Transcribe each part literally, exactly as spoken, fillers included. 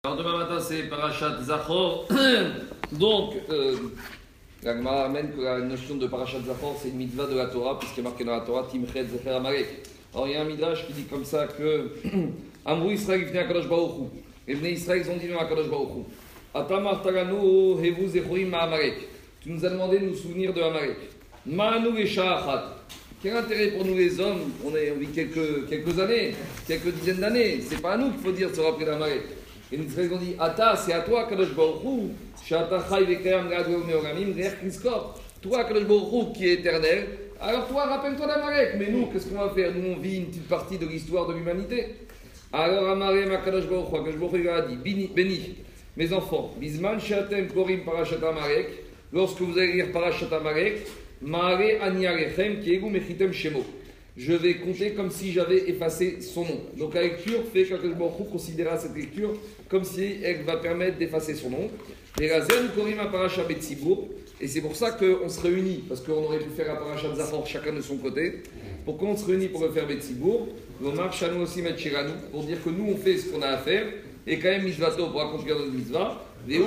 Alors demain matin c'est Parashat Zachor. Donc, euh, la Gemara amène que la notion de Parashat Zachor c'est une mitzvah de la Torah, puisqu'il est marqué dans la Torah Timchet Zecher Amalek. Alors il y a un midrash qui dit comme ça que Amrou Israël vient à Kadosh Baruch Hu. Et venez Israël, ils ont dit non à Kadosh Baruch Hu. Atamar Taganu Hevu Zechorim Ma'amalek. Tu nous as demandé de nous souvenir de Amalek. Ma'anu Esha'achat. Quel intérêt pour nous les hommes? On, est, on vit quelques, quelques années, quelques dizaines d'années. C'est pas à nous qu'il faut dire de se rappeler d'Amalek. Et les Israéliens ont dit, Ata, c'est à toi, Kadosh Baruch Hu, Shata Chai Vekayam Gadol Meoramim, Reach Kiskor. Toi, Kadosh Baruch Hu, qui est éternel, alors toi, rappelle-toi d'Amalek. Mais nous, qu'est-ce qu'on va faire? Nous, on vit une petite partie de l'histoire de l'humanité. Alors, Amarem, Kadosh Baruch Hu, Kadosh Baruch Hu a dit, béni, mes enfants, Bisman Shatem Korim Parashat Amalek, lorsque vous allez lire Parashat Amalek, Maare Aniarechem, Kiegu Mechitem Shemo. Je vais compter comme si j'avais effacé son nom. Donc la lecture fait qu'Akadosh Baruch Hu considérera cette lecture comme si elle va permettre d'effacer son nom. Et la Zen Korim Parashat Betsibour. Et c'est pour ça qu'on se réunit, parce qu'on aurait pu faire la Parashat Zachor chacun de son côté. Pourquoi on se réunit pour le faire Betsibour? L'Omar Shanu aussi Metchiranu, pour dire que nous on fait ce qu'on a à faire, et quand même Mitzvato pour accomplir notre Mitzvah.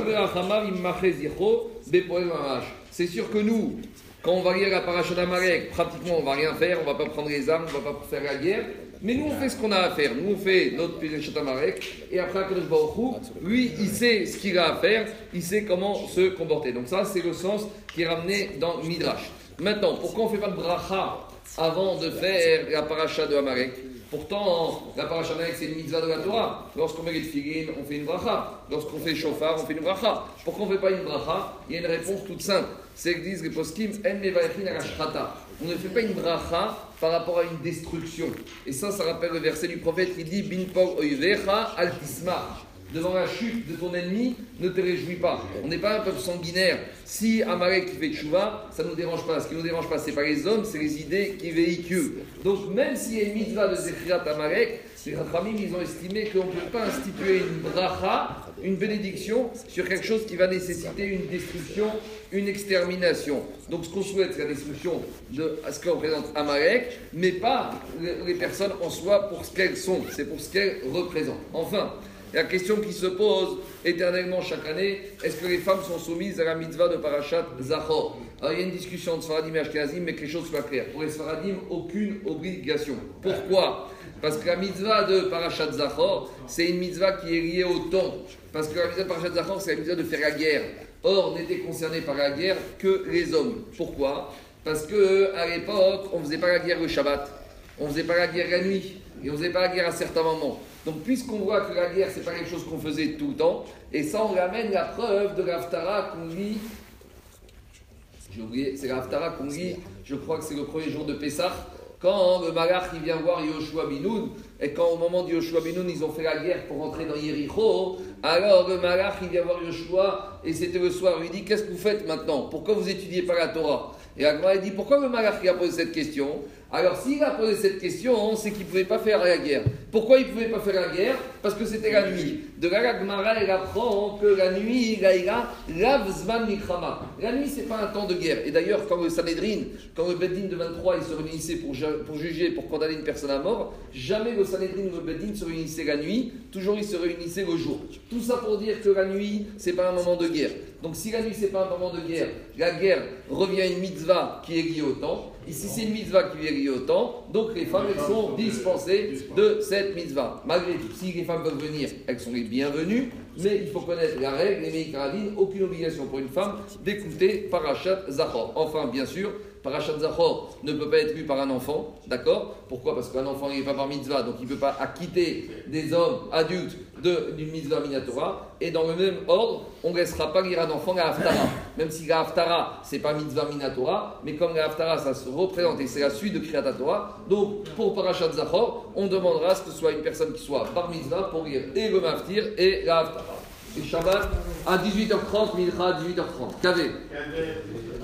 C'est sûr que nous, quand on va lire la Parashat Amalek, pratiquement on ne va rien faire, on ne va pas prendre les armes, on ne va pas faire la guerre. Mais nous on fait ce qu'on a à faire. Nous on fait notre Parashat Amalek. Et après Akadosh Baruch Hu, lui il sait ce qu'il a à faire, il sait comment se comporter. Donc ça c'est le sens qui est ramené dans le Midrash. Maintenant, pourquoi on ne fait pas de bracha avant de faire la Parashat de Amalek? Pourtant, la Parashat Amalek c'est une mitzvah de la Torah. Lorsqu'on met les tefillin, on fait une bracha. Lorsqu'on fait shofar, on fait une bracha. Pourquoi on ne fait pas une bracha? Il y a une réponse toute simple. C'est que disent les poskim, en mevayachin ala shrata. On ne fait pas une bracha par rapport à une destruction. Et ça, ça rappelle le verset du prophète qui dit bin pog oivecha al tisma. Devant la chute de ton ennemi, ne te réjouis pas. On n'est pas un peuple sanguinaire. Si Amalek fait tchouva, ça ne nous dérange pas. Ce qui ne nous dérange pas, ce n'est pas les hommes, c'est les idées qui véhiculent. Donc même s'il y a une mitzvah de Zechirat Amalek, les Rachamim, ils ont estimé qu'on ne peut pas instituer une bracha, une bénédiction, sur quelque chose qui va nécessiter une destruction, une extermination. Donc ce qu'on souhaite, c'est la destruction de ce que représente Amalek, mais pas les personnes en soi pour ce qu'elles sont, c'est pour ce qu'elles représentent. Enfin, la question qui se pose éternellement chaque année, est-ce que les femmes sont soumises à la mitzvah de Parashat Zachor? Alors il y a une discussion entre Sfaradim et Ashkenazim, mais que les choses soient claires. Pour les Sfaradim, aucune obligation. Pourquoi? Parce que la mitzvah de Parashat Zachor, c'est une mitzvah qui est liée au temps. Parce que la mitzvah de Parashat Zachor, c'est la mitzvah de faire la guerre. Or, n'étaient concernés par la guerre que les hommes. Pourquoi? Parce qu'à l'époque, on ne faisait pas la guerre le Shabbat, on ne faisait pas la guerre la nuit, et on ne faisait pas la guerre à certains moments. Donc, puisqu'on voit que la guerre, ce n'est pas quelque chose qu'on faisait tout le temps, et ça, on ramène la preuve de l'Haftara qu'on lit. J'ai oublié, c'est l'Haftara qu'on lit, je crois que c'est le premier jour de Pessah, quand le Malach il vient voir Yoshua Binoun, et quand au moment de Yoshua Binoun, ils ont fait la guerre pour rentrer dans Yericho, alors le Malach il vient voir Yoshua, et c'était le soir, il lui dit, qu'est-ce que vous faites maintenant? Pourquoi vous étudiez pas la Torah? Et Agma dit, pourquoi le Malach il a posé cette question? Alors s'il a posé cette question, c'est qu'il ne pouvait pas faire la guerre. Pourquoi il ne pouvait pas faire la guerre? Parce que c'était la nuit. De là, la Gemara, elle apprend que la nuit, il a, il a lav zman mikrama. La nuit, ce n'est pas un temps de guerre. Et d'ailleurs, quand le Sanhedrin, quand le Beddin de vingt-trois, il se réunissait pour, pour juger, pour condamner une personne à mort, jamais le Sanhedrin ou le Beddin se réunissait la nuit, toujours il se réunissait le jour. Tout ça pour dire que la nuit, ce n'est pas un moment de guerre. Donc si la nuit, ce n'est pas un moment de guerre, la guerre revient à une mitzvah qui est liée au temps. Ici, c'est une mitzvah qui est liée au temps, donc les femmes, elles sont dispensées de cette mitzvah. Malgré tout, si les femmes peuvent venir, elles sont les bienvenues, mais il faut connaître la règle, les Meïkaradines, aucune obligation pour une femme d'écouter Parashat Zachor. Enfin, bien sûr, Parashat Zachor ne peut pas être lu par un enfant, d'accord? Pourquoi? Parce qu'un enfant n'est pas par mitzvah, donc il ne peut pas acquitter des hommes adultes de, d'une mitzvah minatora. Et dans le même ordre, on ne laissera pas lire à un enfant la Haftara. Même si la Haftara, ce n'est pas mitzvah minatora, mais comme la Haftara, ça se représente et c'est la suite de Kriyat Torah, donc pour Parashat Zachor, on demandera à ce que ce soit une personne qui soit par mitzvah pour lire et le Maftir et la Haftara. Et Shabbat à dix-huit heures trente, Mincha à dix-huit heures trente. Kavé.